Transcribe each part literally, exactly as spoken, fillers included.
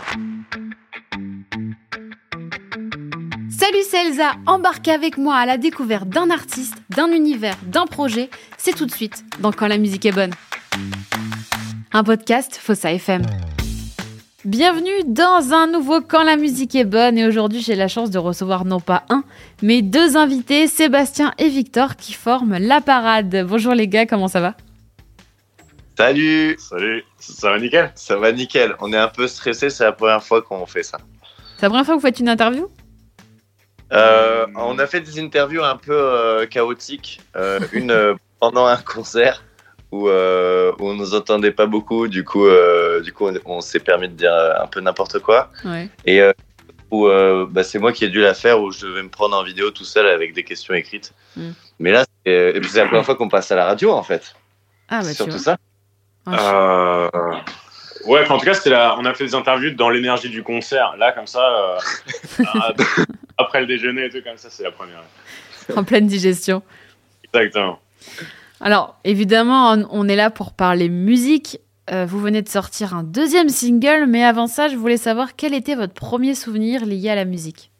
Salut, c'est Elsa, embarquez avec moi à la découverte d'un artiste, d'un univers, d'un projet. C'est tout de suite dans Quand la musique est bonne. Un podcast Fossa F M. Bienvenue dans un nouveau Quand la musique est bonne et aujourd'hui j'ai la chance de recevoir non pas un, mais deux invités, Sébastien et Victor qui forment La Parade. Bonjour les gars, comment ça va ? Salut. Salut, ça va nickel ? Ça va nickel, on est un peu stressé, c'est la première fois qu'on fait ça. C'est la première fois que vous faites une interview ? Euh, on a fait des interviews un peu euh, chaotiques, euh, une euh, pendant un concert où, euh, où on nous entendait pas beaucoup, du coup, euh, du coup on, on s'est permis de dire un peu n'importe quoi. Ouais. Et euh, où, euh, bah, c'est moi qui ai dû la faire, où je devais me prendre en vidéo tout seul avec des questions écrites. Mm. Mais là, c'est, et puis c'est la première fois qu'on passe à la radio en fait. Ah bah c'est tu surtout vois. ça. Euh... Ouais, en tout cas, c'était la... on a fait des interviews dans l'énergie du concert. Là, comme ça, euh... après le déjeuner et tout comme ça, c'est la première. En pleine digestion. Exactement. Alors, évidemment, on est là pour parler musique. Euh, vous venez de sortir un deuxième single, mais avant ça, je voulais savoir quel était votre premier souvenir lié à la musique.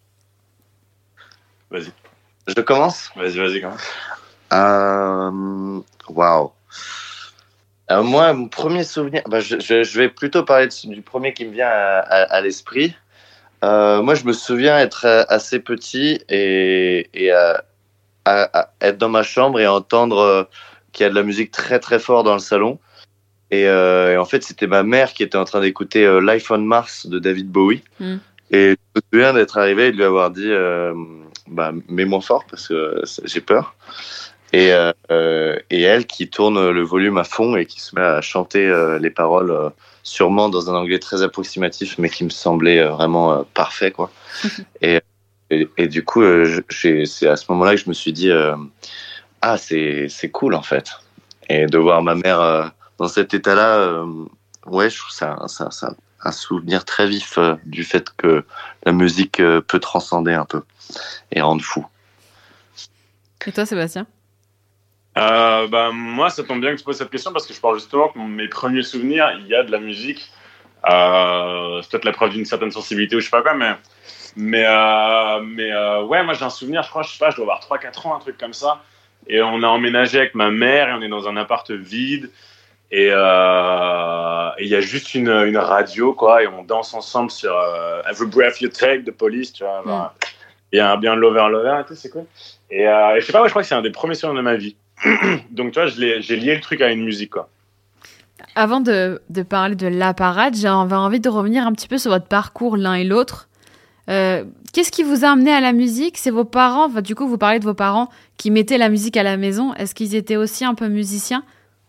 Vas-y. Je commence ? Vas-y, vas-y, commence. Euh... Waouh. Alors moi, mon premier souvenir, bah je, je, je vais plutôt parler de, du premier qui me vient à, à, à l'esprit. Euh, moi, je me souviens être assez petit et, et à, à, à être dans ma chambre et entendre euh, qu'il y a de la musique très très fort dans le salon. Et, euh, et en fait, c'était ma mère qui était en train d'écouter euh, Life on Mars de David Bowie. Mm. Et je me souviens d'être arrivé et de lui avoir dit euh, bah, mets moins fort parce que euh, j'ai peur. Et, euh, et elle qui tourne le volume à fond et qui se met à chanter euh, les paroles, euh, sûrement dans un anglais très approximatif, mais qui me semblait euh, vraiment euh, parfait, quoi. et, et, et du coup, euh, j'ai, c'est à ce moment-là que je me suis dit euh, ah, c'est, c'est cool, en fait. Et de voir ma mère euh, dans cet état-là, euh, ouais, je trouve ça, ça, ça un souvenir très vif euh, du fait que la musique euh, peut transcender un peu et rendre fou. Et toi, Sébastien ? Euh, bah, moi, ça tombe bien que tu poses cette question parce que je parle justement que mes premiers souvenirs, il y a de la musique. Euh, c'est peut-être la preuve d'une certaine sensibilité ou je sais pas quoi, mais, mais, euh, mais euh, ouais, moi j'ai un souvenir, je crois, je sais pas, je dois avoir trois quatre ans, un truc comme ça. Et on a emménagé avec ma mère et on est dans un appart vide. Et il euh, y a juste une, une radio, quoi, et on danse ensemble sur euh, Every Breath You Take de Police, tu vois. Genre, mm. Il y a un bien Lover Lover et tout, c'est cool. Et, euh, et je sais pas, ouais, je crois que c'est un des premiers souvenirs de ma vie. Donc, tu vois, je l'ai, j'ai lié le truc à une musique, quoi. Avant de, de parler de La Parade, j'avais envie de revenir un petit peu sur votre parcours l'un et l'autre. Euh, qu'est-ce qui vous a amené à la musique ? C'est vos parents, enfin, du coup, vous parlez de vos parents qui mettaient la musique à la maison. Est-ce qu'ils étaient aussi un peu musiciens ?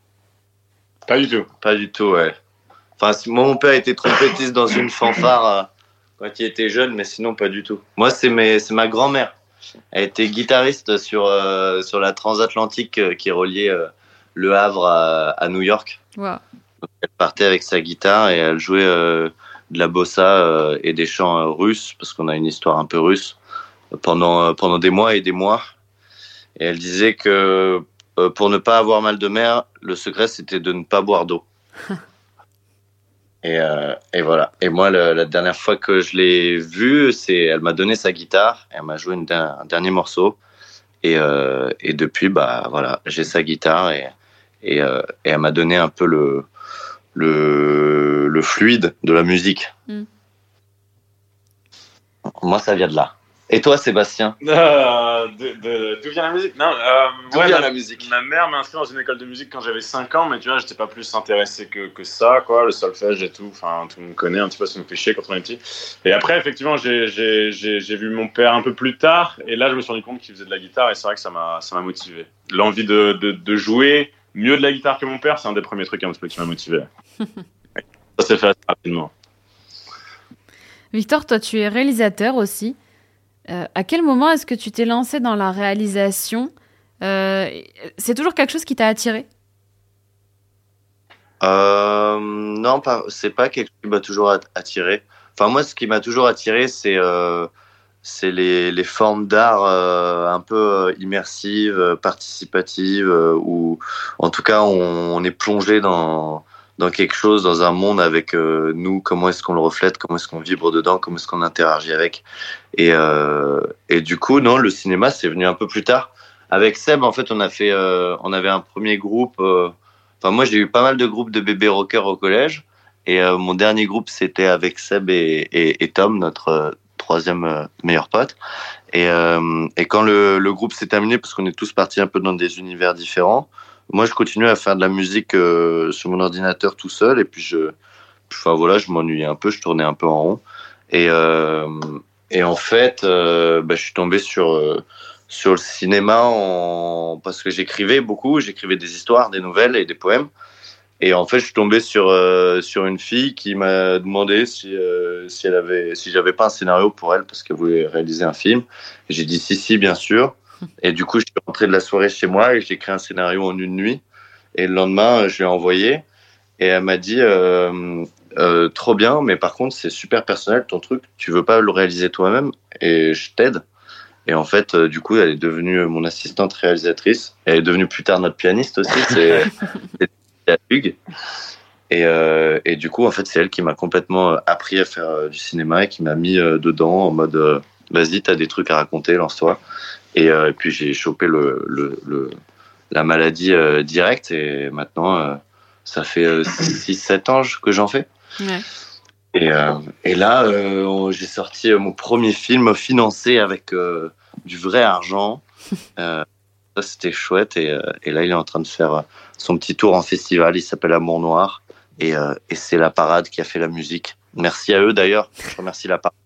Pas du tout. Pas du tout, ouais. Enfin, moi, mon père était trompettiste dans une fanfare euh, quand il était jeune, mais sinon, pas du tout. Moi, c'est, mes, c'est ma grand-mère. Elle était guitariste sur, euh, sur la transatlantique euh, qui reliait euh, Le Havre à, à New York. Wow. Donc, elle partait avec sa guitare et elle jouait euh, de la bossa euh, et des chants euh, russes, parce qu'on a une histoire un peu russe, pendant, euh, pendant des mois et des mois. Et elle disait que euh, pour ne pas avoir mal de mer, le secret c'était de ne pas boire d'eau. Et, euh, et voilà. Et moi, le, la dernière fois que je l'ai vue, c'est, elle m'a donné sa guitare, elle m'a joué une, un dernier morceau, et, euh, et depuis, bah voilà, j'ai sa guitare et, et, euh, et elle m'a donné un peu le, le, le fluide de la musique. Mm. Moi, ça vient de là. Et toi, Sébastien ? euh, de, de, D'où vient la musique ? Non, euh, D'où ouais, vient ma, la musique ? Ma mère m'a inscrit dans une école de musique quand j'avais cinq ans, mais tu vois, j'étais pas plus intéressé que, que ça, quoi, le solfège et tout. Enfin, tout le monde connaît un petit peu, ça me fait chier quand on est petit. Et après, effectivement, j'ai, j'ai, j'ai, j'ai vu mon père un peu plus tard, et là, je me suis rendu compte qu'il faisait de la guitare, et c'est vrai que ça m'a, ça m'a motivé. L'envie de, de, de jouer mieux de la guitare que mon père, c'est un des premiers trucs un petit peu qui m'a motivé. Ça s'est fait assez rapidement. Victor, toi, tu es réalisateur aussi. Euh, à quel moment est-ce que tu t'es lancé dans la réalisation ? euh, C'est toujours quelque chose qui t'a attiré ? euh, Non, pas, c'est pas quelque chose qui m'a toujours attiré. Enfin, moi, ce qui m'a toujours attiré, c'est, euh, c'est les, les formes d'art euh, un peu immersives, participatives, euh, où, en tout cas, on, on est plongé dans, dans quelque chose, dans un monde avec euh, nous, comment est-ce qu'on le reflète, comment est-ce qu'on vibre dedans, comment est-ce qu'on interagit avec. Et, euh, et du coup, non, le cinéma, c'est venu un peu plus tard. Avec Seb, en fait, on a fait, euh, on avait un premier groupe. Euh, enfin, moi, j'ai eu pas mal de groupes de bébés rockers au collège. Et euh, mon dernier groupe, c'était avec Seb et, et, et Tom, notre euh, troisième euh, meilleur pote. Et, euh, et quand le, le groupe s'est terminé, parce qu'on est tous partis un peu dans des univers différents, moi, je continuais à faire de la musique euh, sur mon ordinateur tout seul. Et puis, je, enfin voilà, je m'ennuyais un peu, je tournais un peu en rond. Et, euh, et en fait, euh, bah, je suis tombé sur euh, sur le cinéma en... parce que j'écrivais beaucoup, j'écrivais des histoires, des nouvelles et des poèmes. Et en fait, je suis tombé sur euh, sur une fille qui m'a demandé si euh, si elle avait si j'avais pas un scénario pour elle parce qu'elle voulait réaliser un film. Et j'ai dit si si bien sûr. Et du coup, je suis rentré de la soirée chez moi et j'ai écrit un scénario en une nuit. Et le lendemain, je l'ai envoyé et elle m'a dit euh, euh, trop bien, mais par contre, c'est super personnel ton truc. Tu veux pas le réaliser toi-même et je t'aide. Et en fait, euh, du coup, elle est devenue mon assistante réalisatrice. Elle est devenue plus tard notre pianiste aussi. C'est, c'est la Hugues. Et, euh, et du coup, en fait, c'est elle qui m'a complètement appris à faire euh, du cinéma et qui m'a mis euh, dedans en mode euh, vas-y, t'as des trucs à raconter, lance-toi. Et, euh, et puis j'ai chopé le, le, le, la maladie euh, directe et maintenant euh, ça fait euh, six sept ans que j'en fais. Ouais. Et, euh, et là, euh, j'ai sorti mon premier film financé avec euh, du vrai argent. Euh, ça, c'était chouette. Et, euh, et là, il est en train de faire son petit tour en festival. Il s'appelle Amour Noir. Et, euh, et c'est La Parade qui a fait la musique. Merci à eux d'ailleurs. Je remercie La Parade.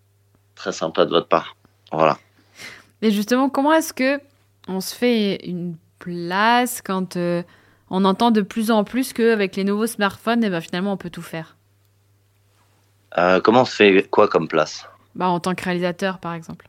Très sympa de votre part. Voilà. Et justement, comment est-ce que on se fait une place quand euh, on entend de plus en plus qu'avec les nouveaux smartphones, eh ben, finalement, on peut tout faire? Euh, comment on se fait quoi comme place? Bah, en tant que réalisateur, par exemple.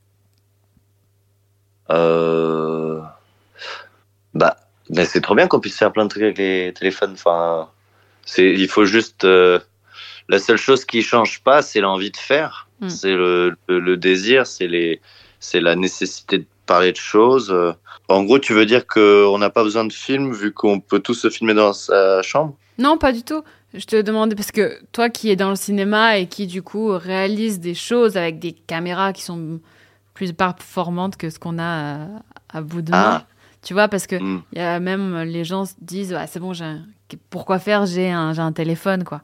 Euh... Bah, mais c'est trop bien qu'on puisse faire plein de trucs avec les téléphones. Enfin, c'est, il faut juste... Euh... La seule chose qui change pas, c'est l'envie de faire. Mm. C'est le, le, le désir, c'est les... c'est la nécessité de parler de choses. En gros, tu veux dire qu'on n'a pas besoin de film vu qu'on peut tous se filmer dans sa chambre? Non, pas du tout. Je te demandais, parce que toi qui es dans le cinéma et qui du coup réalise des choses avec des caméras qui sont plus performantes que ce qu'on a à, à bout de main, ah. Tu vois, parce que mm. y a même les gens se disent ah, c'est bon, j'ai un... pourquoi faire, j'ai un, j'ai un téléphone, quoi.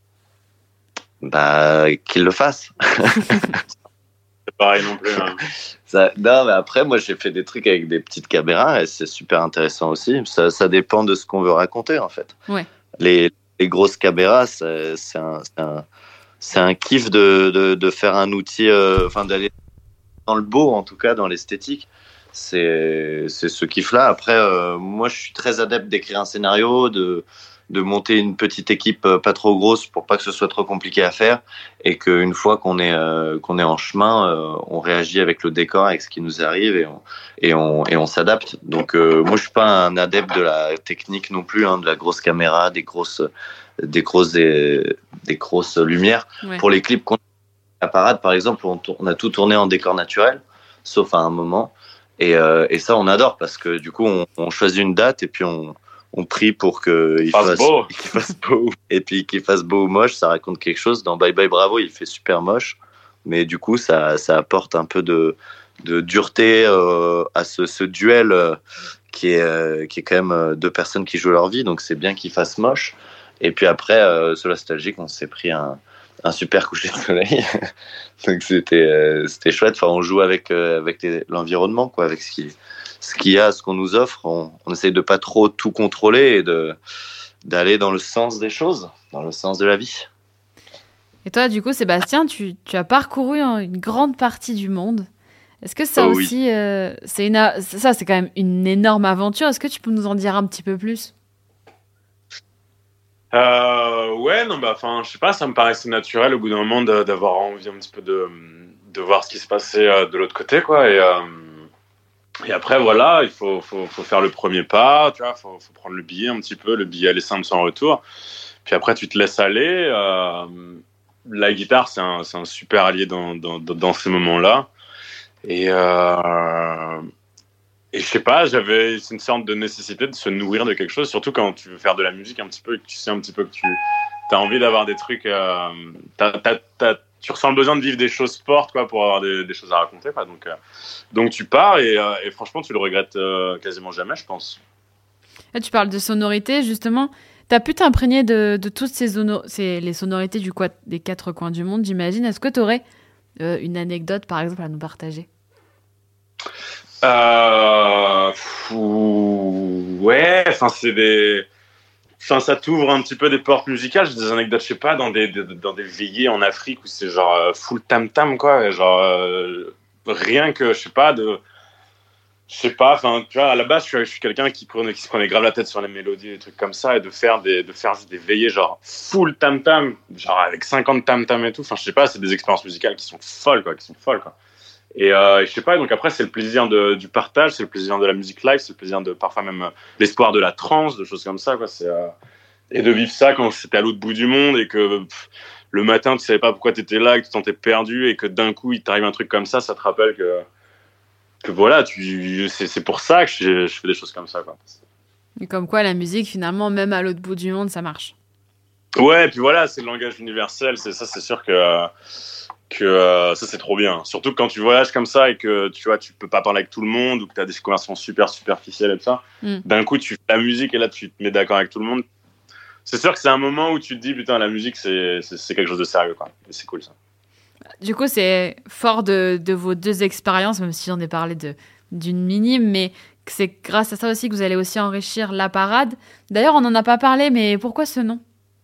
Bah, qu'ils le fassent. Pareil non plus. Hein. Ça, non, mais après, moi, j'ai fait des trucs avec des petites caméras et c'est super intéressant aussi. Ça, ça dépend de ce qu'on veut raconter, en fait. Ouais. Les, les grosses caméras, c'est, c'est, un, c'est, un, c'est un kiff de, de, de faire un outil, enfin, euh, d'aller dans le beau, en tout cas, dans l'esthétique. C'est, c'est ce kiff-là. Après, euh, moi, je suis très adepte d'écrire un scénario, de... de monter une petite équipe pas trop grosse pour pas que ce soit trop compliqué à faire et qu'une fois qu'on est euh, qu'on est en chemin, euh, on réagit avec le décor, avec ce qui nous arrive et on et on et on s'adapte. Donc euh, moi je suis pas un adepte de la technique non plus, hein, de la grosse caméra, des grosses des grosses des, des grosses lumières. Ouais. Pour les clips qu'on a à la Parade par exemple, on, on a tout tourné en décor naturel, sauf à un moment et euh, et ça on adore parce que du coup on, on choisit une date et puis on on prie pour qu'il fasse, beau. qu'il fasse beau. Et puis qu'il fasse beau ou moche, ça raconte quelque chose. Dans Bye Bye Bravo, il fait super moche. Mais du coup, ça, ça apporte un peu de, de dureté euh, à ce, ce duel euh, qui, est, euh, qui est quand même euh, deux personnes qui jouent leur vie. Donc c'est bien qu'il fasse moche. Et puis après, euh, sur Nostalgique, on s'est pris un, un super coucher de soleil. Donc c'était, euh, c'était chouette. Enfin, on joue avec, euh, avec les, l'environnement, quoi, avec ce qui ce qu'il y a, ce qu'on nous offre, on, on essaye de pas trop tout contrôler et de, d'aller dans le sens des choses, dans le sens de la vie. Et toi, du coup, Sébastien, tu, tu as parcouru une grande partie du monde. Est-ce que ça oh, aussi, oui. euh, c'est une, ça, c'est quand même une énorme aventure. Est-ce que tu peux nous en dire un petit peu plus? euh, Ouais, non, bah, enfin, je sais pas, ça me paraissait naturel au bout d'un moment de, d'avoir envie un petit peu de, de voir ce qui se passait de l'autre côté, quoi. Et euh, Et après, voilà, il faut, faut, faut faire le premier pas, tu vois, faut, faut prendre le billet un petit peu, le billet aller simple sans retour. Puis après, tu te laisses aller. Euh, la guitare, c'est un, c'est un super allié dans, dans, dans ces moments-là. Et, euh, et je sais pas, j'avais c'est une sorte de nécessité de se nourrir de quelque chose, surtout quand tu veux faire de la musique un petit peu et que tu sais un petit peu que tu as envie d'avoir des trucs. Euh, t'as, t'as, t'as, tu ressens le besoin de vivre des choses fortes quoi, pour avoir des, des choses à raconter. Quoi. Donc, euh, donc tu pars et, euh, et franchement, tu le regrettes euh, quasiment jamais, je pense. Là, tu parles de sonorité, justement. Tu as pu t'imprégner de, de toutes ces, sono- ces les sonorités du quoi, des quatre coins du monde, j'imagine. Est-ce que tu aurais euh, une anecdote, par exemple, à nous partager? euh, fou, Ouais, enfin, c'est des... Enfin, ça t'ouvre un petit peu des portes musicales. J'ai des anecdotes, je sais pas, dans des, des, dans des veillées en Afrique où c'est genre euh, full tam-tam, quoi. Genre, euh, rien que, je sais pas, de... Je sais pas, enfin, tu vois, à la base, je suis, je suis quelqu'un qui, prenait, qui se prenait grave la tête sur les mélodies, des trucs comme ça, et de faire des, de faire juste des veillées, genre, full tam-tam, genre, avec cinquante tam-tam et tout. Enfin, je sais pas, c'est des expériences musicales qui sont folles, quoi, qui sont folles, quoi. Et, euh, et je sais pas, donc après, c'est le plaisir de, du partage, c'est le plaisir de la musique live, c'est le plaisir de, parfois même, euh, l'espoir de la trance, de choses comme ça, quoi. C'est, euh, et de vivre ça quand c'était à l'autre bout du monde et que, pff, le matin, tu savais pas pourquoi t'étais là, que tu t'en étais perdu et que d'un coup, il t'arrive un truc comme ça, ça te rappelle que, que voilà, tu, c'est, c'est pour ça que je, je fais des choses comme ça, quoi. Et comme quoi, la musique, finalement, même à l'autre bout du monde, ça marche. Ouais, et puis voilà, c'est le langage universel, c'est ça, c'est sûr que, que euh, ça, c'est trop bien. Surtout quand tu voyages comme ça et que tu vois, tu peux pas parler avec tout le monde ou que tu as des conversations super superficielles et tout ça. Mm. D'un coup, tu fais la musique et là, tu te mets d'accord avec tout le monde. C'est sûr que c'est un moment où tu te dis, putain, la musique, c'est, c'est, c'est quelque chose de sérieux, quoi. Et c'est cool, ça. Du coup, c'est fort de, de vos deux expériences, même si j'en ai parlé de, d'une minime, mais c'est grâce à ça aussi que vous allez aussi enrichir La Parade. D'ailleurs, on n'en a pas parlé, mais pourquoi ce nom?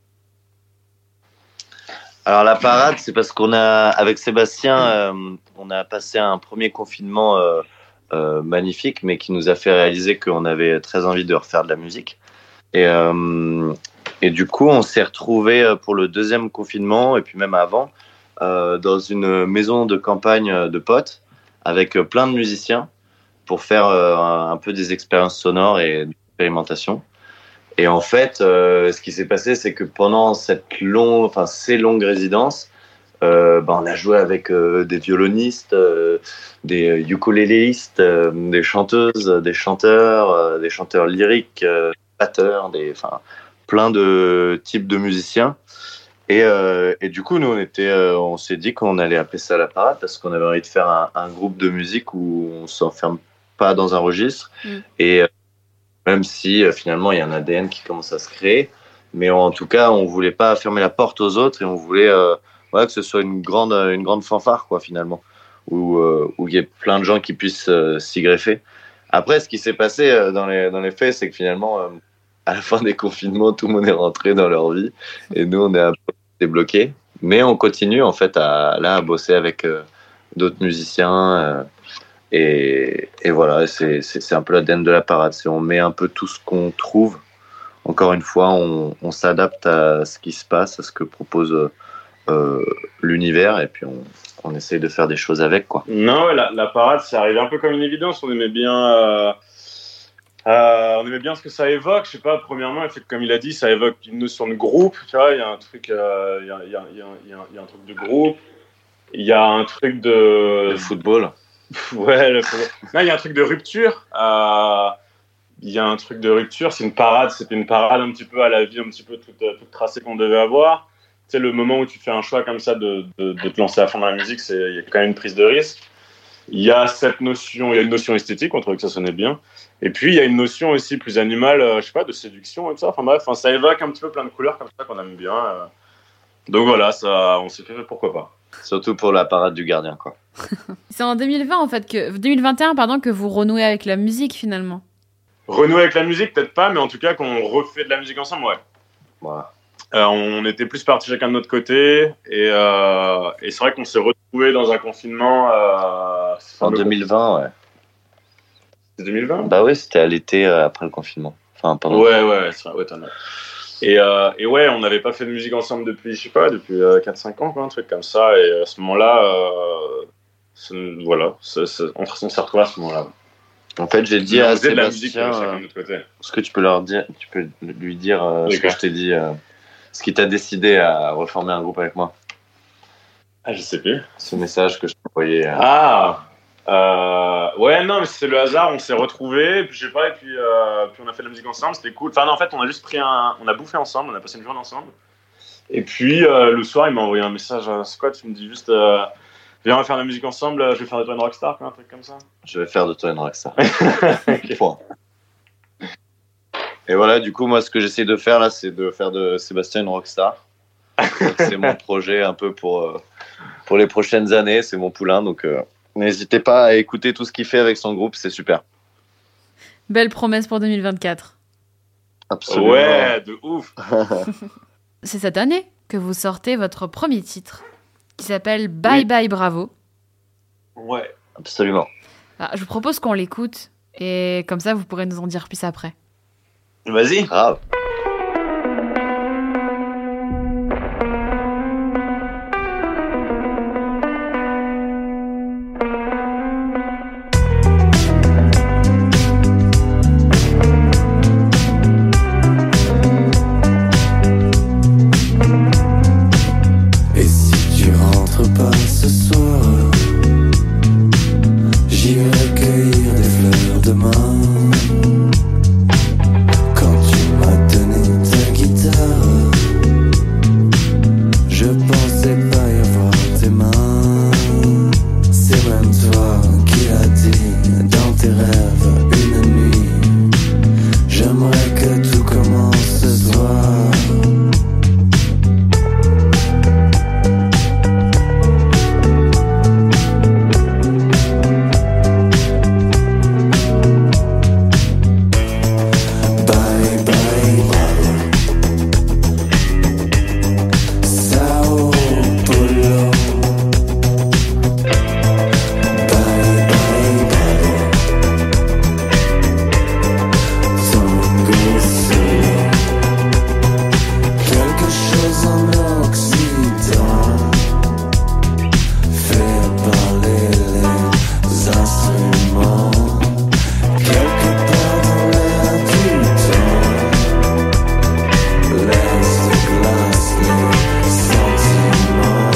Alors La Parade, c'est parce qu'on a, avec Sébastien, euh, on a passé un premier confinement euh, euh, magnifique, mais qui nous a fait réaliser qu'on avait très envie de refaire de la musique. Et, euh, et du coup, on s'est retrouvés pour le deuxième confinement, et puis même avant, Euh, dans une maison de campagne de potes avec euh, plein de musiciens pour faire euh, un, un peu des expériences sonores et d'expérimentation. Et en fait, euh, ce qui s'est passé, c'est que pendant cette longue, enfin ces longues résidences, euh, ben, on a joué avec euh, des violonistes, euh, des ukulélistes, euh, des chanteuses, des chanteurs, euh, des chanteurs lyriques, euh, des batteurs, des, enfin plein de types de musiciens. Et, euh, et du coup, nous, on, était, euh, on s'est dit qu'on allait appeler ça La Parade parce qu'on avait envie de faire un, un groupe de musique où on ne s'enferme pas dans un registre. Mm. Et euh, même si euh, finalement, il y a un A D N qui commence à se créer. Mais en tout cas, on ne voulait pas fermer la porte aux autres et on voulait euh, ouais, que ce soit une grande, une grande fanfare, quoi, finalement, où, euh, où il y ait plein de gens qui puissent euh, s'y greffer. Après, ce qui s'est passé euh, dans, les, dans les faits, c'est que finalement... Euh, à la fin des confinements, tout le monde est rentré dans leur vie et nous, on est un peu débloqués. Mais on continue en fait à, là, à bosser avec euh, d'autres musiciens. Euh, et, et voilà, c'est, c'est, c'est un peu l'A D N de La Parade. C'est on met un peu tout ce qu'on trouve. Encore une fois, on, on s'adapte à ce qui se passe, à ce que propose euh, l'univers et puis on, on essaye de faire des choses avec, quoi. Non, ouais, la, la Parade, c'est arrivé un peu comme une évidence. On aimait bien... Euh... Euh, on aimait bien ce que ça évoque, je sais pas, premièrement, comme il a dit, ça évoque une notion de groupe, tu vois, il y a un truc, euh, il y a, il y a, il y a, il y a, il y a un truc de groupe, il y a un truc de... Le football. Ouais, le football. Non, il y a un truc de rupture, euh, il y a un truc de rupture, c'est une parade, c'était une parade un petit peu à la vie, un petit peu toute, toute tracée qu'on devait avoir. Tu sais, le moment où tu fais un choix comme ça de, de, de te lancer à fond dans la musique, c'est, il y a quand même une prise de risque. Il y a cette notion, il y a une notion esthétique, on trouvait que ça sonnait bien. Et puis, il y a une notion aussi plus animale, euh, je sais pas, de séduction et tout ça. Enfin bref, enfin, ça évoque un petit peu plein de couleurs comme ça qu'on aime bien. Euh. Donc voilà, ça, on s'est fait pourquoi pas. Surtout pour La Parade du Gardien, quoi. C'est en deux mille vingt, en fait, que, deux mille vingt et un, pardon, que vous renouez avec la musique, finalement. Renouer avec la musique, peut-être pas, mais en tout cas, qu'on refait de la musique ensemble, ouais. Voilà. Euh, on était plus partis chacun de notre côté. Et, euh, et c'est vrai qu'on s'est retrouvés dans un confinement... Euh, en deux mille vingt, ouais. C'était deux mille vingt ? Bah oui, c'était à l'été euh, après le confinement. Enfin, pendant. Ouais, ouais, c'est vrai, ouais, t'en as. Et, euh, et ouais, on n'avait pas fait de musique ensemble depuis, je sais pas, depuis euh, quatre cinq ans, quoi, un truc comme ça. Et à ce moment-là, euh, c'est, voilà, c'est, c'est, on, on s'est retrouvés à ce moment-là. En fait, j'ai dit on à Sébastien, de la musique, musique, chacun de notre côté. Est-ce que tu peux leur dire, tu peux lui dire euh, ce que je t'ai dit, euh, ce qui t'a décidé à reformer un groupe avec moi? Ah, je sais plus. Ce message que je t'ai envoyé. Euh... Ah. Euh, ouais, non, mais c'est le hasard. On s'est retrouvés, puis je sais pas, et puis, euh, puis on a fait de la musique ensemble. C'était cool. Enfin, non, en fait, on a juste pris un, on a bouffé ensemble, on a passé une journée ensemble. Et puis euh, le soir, il m'a envoyé un message. Euh, c'est quoi? Tu me dis juste, euh, viens, on va faire de la musique ensemble. Je vais faire de toi une rockstar, quoi, un truc comme ça. Je vais faire de toi une rockstar. Okay. Point. Et voilà, du coup, moi, ce que j'essaie de faire là, c'est de faire de Sébastien une rockstar. Donc, c'est mon projet un peu pour, euh, pour les prochaines années. C'est mon poulain. Donc, euh, n'hésitez pas à écouter tout ce qu'il fait avec son groupe. C'est super. Belle promesse pour deux mille vingt-quatre. Absolument. Ouais, de ouf. C'est cette année que vous sortez votre premier titre, qui s'appelle Bye Oui. Bye Bravo. Ouais. Absolument. Alors, je vous propose qu'on l'écoute, et comme ça, vous pourrez nous en dire plus après. Vas-y. Grave. Et si tu rentres pas ce soir, j'irai cueillir des fleurs demain. Quand tu m'as donné ta guitare, je pensais pas y avoir tes mains. C'est même toi qui l'as dit dans tes rêves une nuit. J'aimerais que tout commence ce soir. Bye bye bravo, Sao Paulo. Bye bye bravo, tango solo. Quelque chose en Occident fait parler les instruments. Quelque part dans l'air du temps, laisse de glace les sentiments.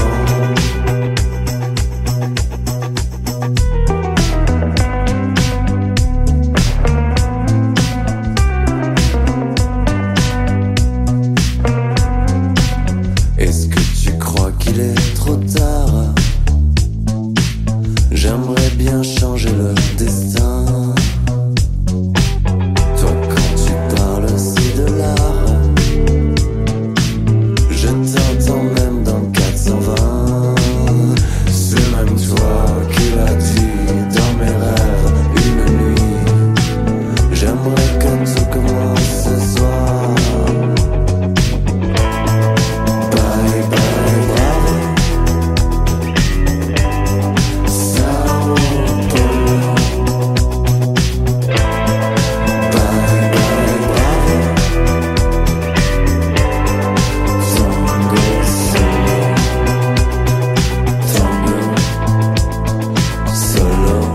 Est-ce que tu crois qu'il est trop tard? J'aimerais bien changer le destin. Toi quand tu parles si de l'art, je t'entends même dans quatre cent vingt. C'est même toi qui l'as dit dans mes rêves une nuit. J'aimerais que tout commence ce soir. Bye bye bravo, Sao Paulo. Bye bye bravo, tango solo. Tango solo.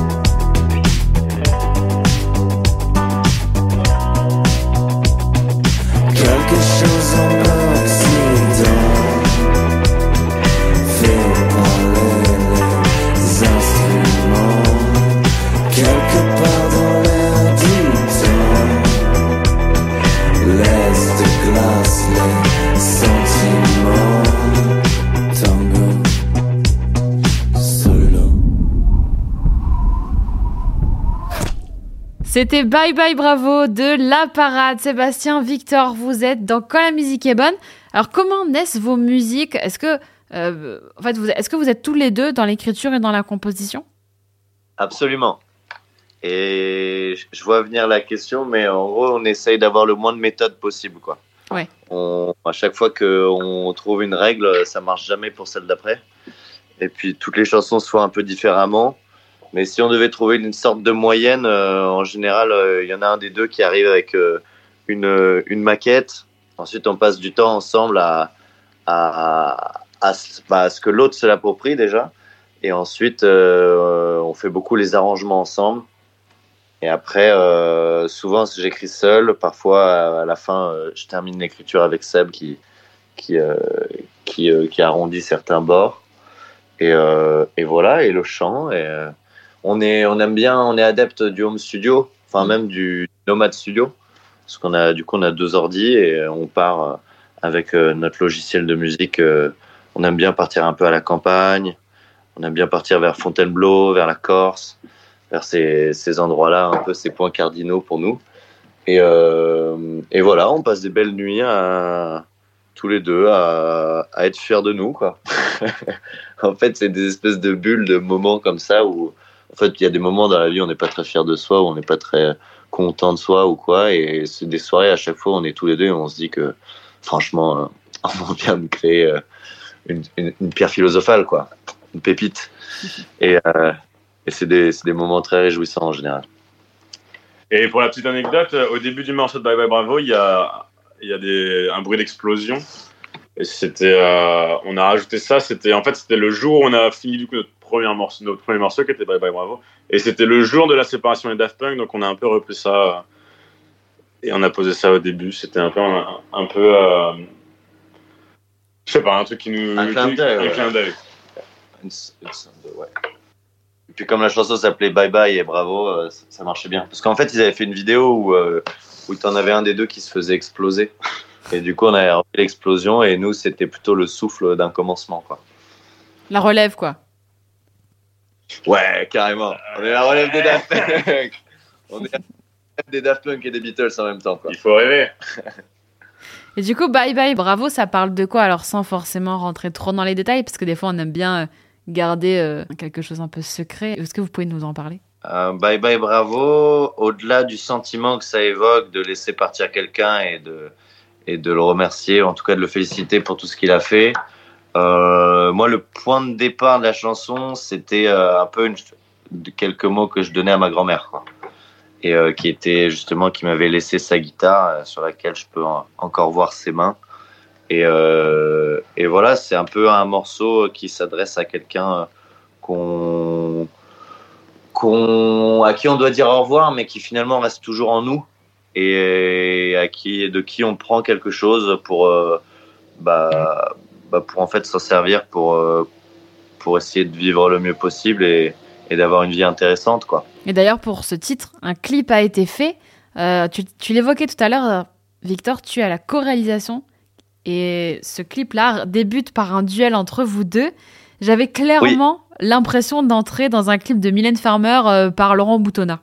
Quelque chose en Occident fait parler les instruments. Quelque part dans l'air du temps, laisse de glace les sentiments. Tango solo. C'était Bye Bye Bravo de La Parade. Sébastien, Victor, vous êtes dans Quand la musique est bonne. Alors, comment naissent vos musiques? Est-ce que, euh, en fait, vous, est-ce que vous êtes tous les deux dans l'écriture et dans la composition? Absolument. Et je vois venir la question, mais en gros, on essaye d'avoir le moins de méthodes possible, quoi. Ouais. On, à chaque fois qu'on trouve une règle, ça marche jamais pour celle d'après. Et puis, toutes les chansons se font un peu différemment. Mais si on devait trouver une sorte de moyenne, euh, en général, euh, il y en a un des deux qui arrive avec euh, une, une maquette. Ensuite, on passe du temps ensemble à, à, à, bah, à ce que l'autre se l'approprie déjà. Et ensuite, euh, on fait beaucoup les arrangements ensemble. Et après, euh, souvent, j'écris seul. Parfois, à la fin, euh, je termine l'écriture avec Seb qui, qui, euh, qui, euh, qui arrondit certains bords. Et, euh, et voilà, et le chant. Et, euh, on est, on aime bien, on est adepte du home studio, enfin même du nomade studio, parce qu'on a, du coup, on a deux ordi et on part avec notre logiciel de musique. On aime bien partir un peu à la campagne, on aime bien partir vers Fontainebleau, vers la Corse, vers ces, ces endroits-là, un peu ces points cardinaux pour nous. Et, euh, et voilà, on passe des belles nuits à, tous les deux à, à être fiers de nous, quoi. En fait, c'est des espèces de bulles, de moments comme ça où, en fait, il y a des moments dans la vie où on n'est pas très fier de soi, où on n'est pas très content de soi ou quoi. Et c'est des soirées, à chaque fois, on est tous les deux et on se dit que, franchement, on vient de créer une, une, une pierre philosophale, quoi. Une pépite. Et, euh, et c'est, des, c'est des moments très réjouissants en général. Et pour la petite anecdote, au début du morceau de Bye Bye Bravo, il y a, il y a des, un bruit d'explosion. Et c'était, euh, on a rajouté ça. C'était, en fait, c'était le jour où on a fini du coup notre premier morceau, notre premier morceau qui était Bye Bye Bravo. Et c'était le jour de la séparation des Daft Punk, donc on a un peu repris ça et on a posé ça au début. C'était un peu, un, un peu, euh, je sais pas, un truc qui nous, un clin d'œil. Un clin d'œil. Ouais. Et puis comme la chanson s'appelait Bye Bye et Bravo, euh, ça, ça marchait bien. Parce qu'en fait, ils avaient fait une vidéo où, euh, où t'en avais un des deux qui se faisait exploser. Et du coup, on avait refait l'explosion et nous, c'était plutôt le souffle d'un commencement, quoi. La relève, quoi. Ouais, carrément. On est la relève des Daft Punk. On est la relève des Daft Punk et des Beatles en même temps, quoi. Il faut rêver. Et du coup, Bye Bye Bravo, ça parle de quoi? Alors, sans forcément rentrer trop dans les détails, parce que des fois, on aime bien garder euh, quelque chose un peu secret. Est-ce que vous pouvez nous en parler? euh, Bye Bye Bravo, au-delà du sentiment que ça évoque de laisser partir quelqu'un et de, et de le remercier, en tout cas de le féliciter pour tout ce qu'il a fait, euh, moi, le point de départ de la chanson, c'était euh, un peu une, quelques mots que je donnais à ma grand-mère, quoi. Et euh, qui était justement, qui m'avait laissé sa guitare euh, sur laquelle je peux en, encore voir ses mains. Et, euh, et voilà, c'est un peu un morceau qui s'adresse à quelqu'un qu'on, qu'on, à qui on doit dire au revoir, mais qui finalement reste toujours en nous et à qui, de qui on prend quelque chose pour, euh, bah, bah pour en fait s'en servir pour, euh, pour essayer de vivre le mieux possible et, et d'avoir une vie intéressante, quoi. Et d'ailleurs, pour ce titre, un clip a été fait. Euh, tu, tu l'évoquais tout à l'heure, Victor, tu es à la co-réalisation. Et ce clip-là débute par un duel entre vous deux. J'avais clairement oui. l'impression d'entrer dans un clip de Mylène Farmer euh, par Laurent Boutonnat.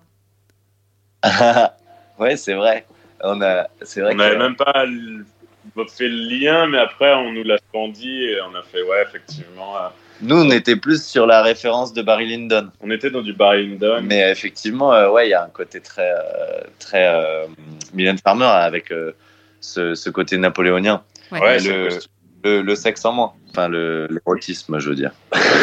Ouais, c'est vrai. On a, c'est vrai on n'avait que... même pas fait le lien, mais après, on nous l'a dit et on a fait, ouais, effectivement. Euh... Nous, on était plus sur la référence de Barry Lyndon. On était dans du Barry Lyndon. Mais effectivement, euh, ouais, il y a un côté très, euh, très euh, Mylène Farmer avec euh, ce, ce côté napoléonien. Ouais, ouais le, le, le sexe en moins, enfin le, l'érotisme, je veux dire.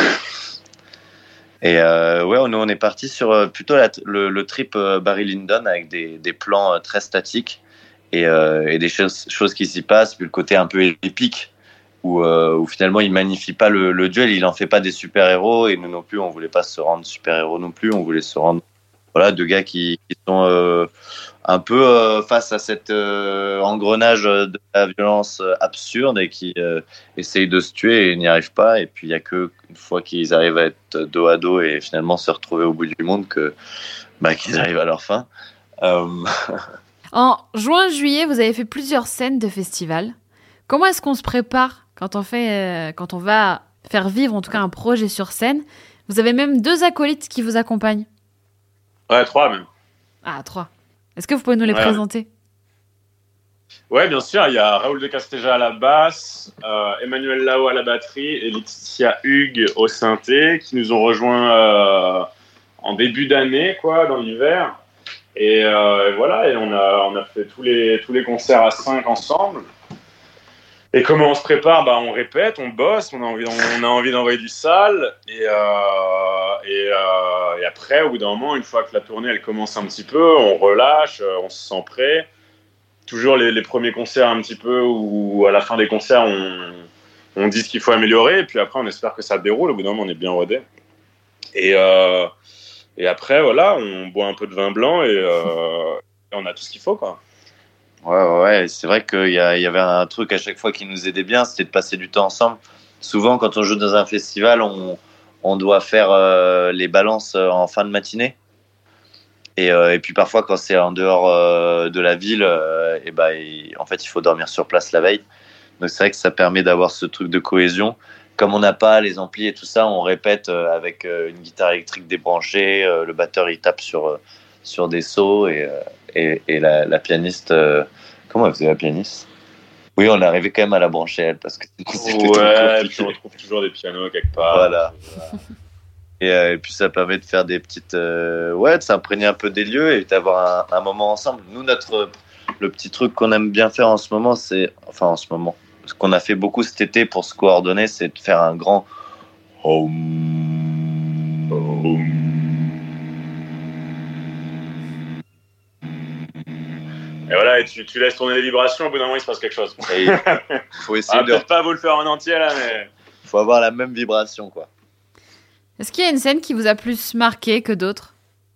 Et euh, ouais, nous on est parti sur euh, plutôt la, le, le trip euh, Barry Lyndon avec des, des plans euh, très statiques et, euh, et des choses, choses qui s'y passent, puis le côté un peu épique où, euh, où finalement il magnifie pas le, le duel, il en fait pas des super héros et nous non plus on voulait pas se rendre super héros non plus, on voulait se rendre voilà deux gars qui, qui sont euh, un peu euh, face à cet euh, engrenage de la violence absurde et qui euh, essayent de se tuer et n'y arrivent pas. Et puis il n'y a qu'une fois qu'ils arrivent à être dos à dos et finalement se retrouver au bout du monde que, bah, qu'ils arrivent à leur fin. Euh... En juin-juillet, vous avez fait plusieurs scènes de festival. Comment est-ce qu'on se prépare quand on, fait, euh, quand on va faire vivre en tout cas un projet sur scène? Vous avez même deux acolytes qui vous accompagnent. Ouais, trois même. Ah, trois. Est-ce que vous pouvez nous les ouais. présenter? Ouais, bien sûr. Il y a Raoul de Casteja à la basse, euh, Emmanuel Lao à la batterie et Laetitia Hugues au synthé qui nous ont rejoints euh, en début d'année, quoi, dans l'hiver. Et, euh, et voilà, et on a, on a fait tous les, tous les concerts à cinq ensemble. Et comment on se prépare? Bah, on répète, on bosse, on a envie, on a envie d'envoyer du sale. Et, euh, et, euh, et après, au bout d'un moment, une fois que la tournée elle commence un petit peu, on relâche, on se sent prêt. Toujours les, les premiers concerts un petit peu où à la fin des concerts, on, on dit ce qu'il faut améliorer. Et puis après, on espère que ça déroule. Au bout d'un moment, on est bien rodé. Et, euh, et après, voilà, on boit un peu de vin blanc et, euh, et on a tout ce qu'il faut, quoi. Ouais, ouais, c'est vrai qu'il y, a, il y avait un truc à chaque fois qui nous aidait bien, c'était de passer du temps ensemble. Souvent, quand on joue dans un festival, on, on doit faire euh, les balances en fin de matinée. Et, euh, et puis parfois, quand c'est en dehors euh, de la ville, euh, et ben, il, en fait, il faut dormir sur place la veille. Donc c'est vrai que ça permet d'avoir ce truc de cohésion. Comme on n'a pas les amplis et tout ça, on répète euh, avec euh, une guitare électrique débranchée. Euh, le batteur, il tape sur, euh, sur des sauts. Et, euh, et, et la, la pianiste... Euh, comment elle faisait la pianiste ? Oui, on est arrivé quand même à la brancher, elle, parce que c'était ouais, puis on retrouve toujours des pianos quelque part. Voilà. Et, euh, et puis ça permet de faire des petites... Euh, ouais, de s'imprégner un peu des lieux et d'avoir un, un moment ensemble. Nous, notre, le petit truc qu'on aime bien faire en ce moment, c'est... Enfin, en ce moment, ce qu'on a fait beaucoup cet été pour se coordonner, c'est de faire un grand... Home. Home. Et voilà, et tu, tu laisses tourner les vibrations, au bout d'un moment, il se passe quelque chose. Il faut essayer ah, de... peut-être pas vous le faire en entier, là, mais... Il faut avoir la même vibration, quoi. Est-ce qu'il y a une scène qui vous a plus marqué que d'autres ?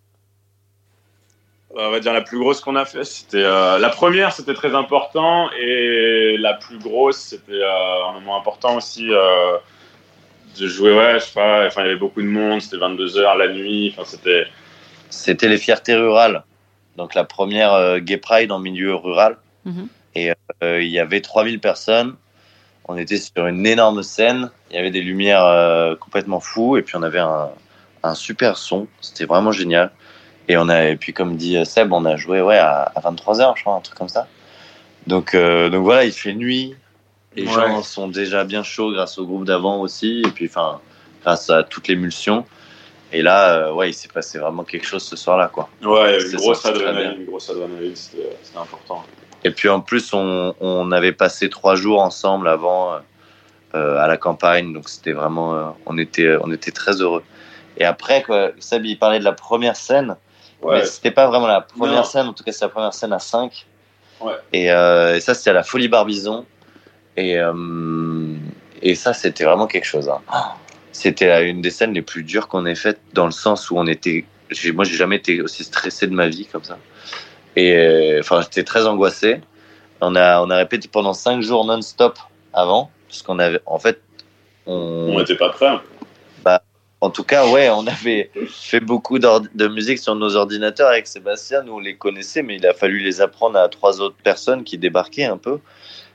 On va dire la plus grosse qu'on a fait, c'était... Euh, la première, c'était très important, et la plus grosse, c'était euh, un moment important aussi euh, de jouer, ouais, je sais pas, enfin, il y avait beaucoup de monde, c'était vingt-deux heures la nuit, enfin, c'était... C'était les fiertés rurales. Donc la première euh, Gay Pride en milieu rural. Mmh. Et euh, il y avait trois mille personnes. On était sur une énorme scène. Il y avait des lumières euh, complètement fous. Et puis on avait un, un super son. C'était vraiment génial. Et, on a, et puis comme dit Seb, on a joué ouais, à, à vingt-trois heures, je crois, un truc comme ça. Donc, euh, donc voilà, il fait nuit. Les ouais. gens sont déjà bien chauds grâce au groupe d'avant aussi. Et puis enfin, grâce à toute l'émulsion. Et là, euh, ouais, il s'est passé vraiment quelque chose ce soir-là, quoi. Ouais, une grosse adrénaline, une grosse adrénaline, c'était, c'était important. Et puis en plus, on, on avait passé trois jours ensemble avant euh, à la campagne, donc c'était vraiment, euh, on était, on était très heureux. Et après, quoi, Seb, il parlait de la première scène, ouais. mais c'était pas vraiment la première non. scène, en tout cas, c'est la première scène à cinq. Ouais. Et, euh, et ça, c'était à la Folie Barbizon. Et, euh, et ça, c'était vraiment quelque chose. Hein. C'était une des scènes les plus dures qu'on ait faites, dans le sens où on était... J'ai, moi, j'ai jamais été aussi stressé de ma vie comme ça. Et enfin, j'étais très angoissé. On a, on a répété pendant cinq jours non-stop avant, parce qu'on avait... En fait, on... On n'était pas prêts. Bah, en tout cas, ouais, on avait fait beaucoup de musique sur nos ordinateurs avec Sébastien. Nous, on les connaissait, mais il a fallu les apprendre à trois autres personnes qui débarquaient un peu.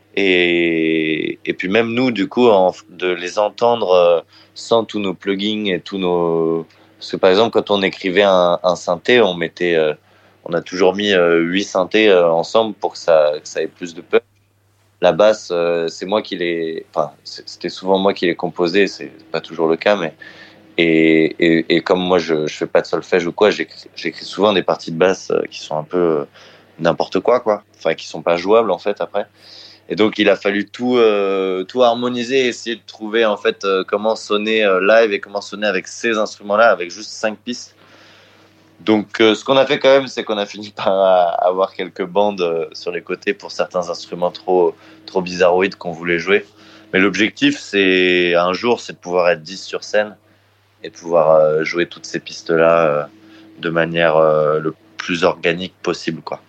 Et, et puis même nous, du coup, en, de les entendre euh, sans tous nos plugins et tous nos... Parce que par exemple, quand on écrivait un, un synthé, on mettait, euh, on a toujours mis euh, huit synthés euh, ensemble pour que ça, que ça ait plus de peur. La basse, euh, c'est moi qui les... Enfin, c'était souvent moi qui les composais, c'est pas toujours le cas, mais... Et, et, et comme moi, je, je fais pas de solfège ou quoi, j'écris, j'écris souvent des parties de basse euh, qui sont un peu euh, n'importe quoi, quoi. Enfin, qui sont pas jouables, en fait, après. Et donc, il a fallu tout, euh, tout harmoniser, essayer de trouver en fait euh, comment sonner euh, live et comment sonner avec ces instruments-là, avec juste cinq pistes. Donc, euh, ce qu'on a fait quand même, c'est qu'on a fini par euh, avoir quelques bandes euh, sur les côtés pour certains instruments trop, trop bizarroïdes qu'on voulait jouer. Mais l'objectif, c'est un jour, c'est de pouvoir être dix sur scène et de pouvoir euh, jouer toutes ces pistes-là euh, de manière euh, le plus organique possible, quoi.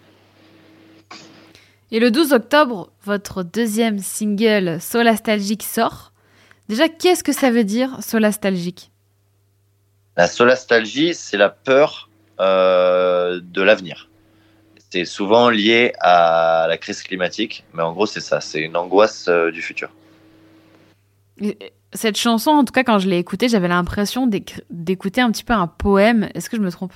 Et le douze octobre, votre deuxième single Solastalgique sort. Déjà, qu'est-ce que ça veut dire, solastalgique ? La solastalgie, c'est la peur euh, de l'avenir. C'est souvent lié à la crise climatique, mais en gros, c'est ça, c'est une angoisse euh, du futur. Et cette chanson, en tout cas, quand je l'ai écoutée, j'avais l'impression d'écouter un petit peu un poème. Est-ce que je me trompe ?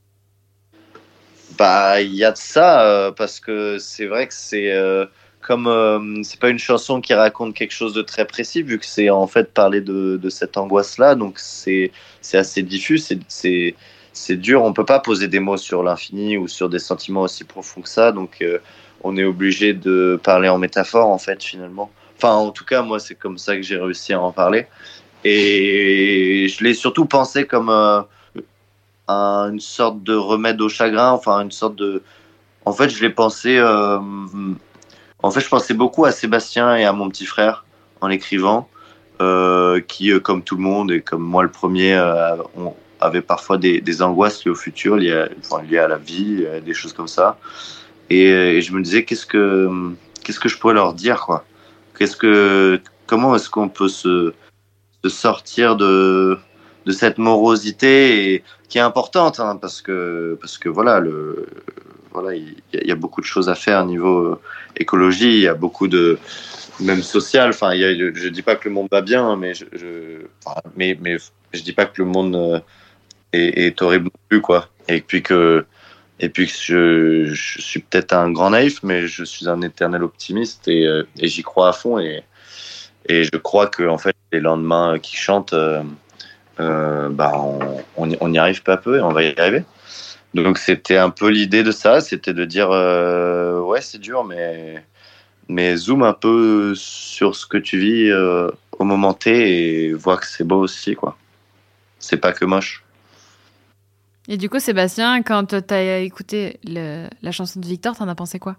Bah, il y a de ça, euh, parce que c'est vrai que c'est euh, comme euh, c'est pas une chanson qui raconte quelque chose de très précis, vu que c'est en fait parler de, de cette angoisse-là, donc c'est c'est assez diffus, c'est c'est c'est dur. On peut pas poser des mots sur l'infini ou sur des sentiments aussi profonds que ça, donc euh, on est obligé de parler en métaphore en fait finalement. Enfin, en tout cas, moi c'est comme ça que j'ai réussi à en parler, et je l'ai surtout pensé comme euh, une sorte de remède au chagrin, enfin une sorte de... En fait, je l'ai pensé... Euh... En fait, je pensais beaucoup à Sébastien et à mon petit frère en l'écrivant, euh, qui, euh, comme tout le monde, et comme moi le premier, euh, on avait parfois des, des angoisses liées au futur, liées à, enfin, liées à la vie, à des choses comme ça. Et, et je me disais, qu'est-ce que, qu'est-ce que je pourrais leur dire, quoi ? Qu'est-ce que, comment est-ce qu'on peut se, se sortir de... de cette morosité et, qui est importante, hein, parce que, parce que voilà, le, voilà, il y, y a beaucoup de choses à faire au niveau écologie, il y a beaucoup de, même social, enfin, il y a, je dis pas que le monde va bien, mais je, je enfin, mais, mais je dis pas que le monde est, est horrible non plus, quoi. Et puis que, et puis que je, je suis peut-être un grand naïf, mais je suis un éternel optimiste et, et j'y crois à fond et, et je crois que, en fait, les lendemains qui chantent, euh, euh, bah, on, on, y, on y arrive peu à peu et on va y arriver. Donc, c'était un peu l'idée de ça, c'était de dire, euh, ouais, c'est dur, mais, mais zoom un peu sur ce que tu vis euh, au moment T et vois que c'est beau aussi, quoi. C'est pas que moche. Et du coup, Sébastien, quand tu as écouté le, la chanson de Victor, t'en as pensé quoi?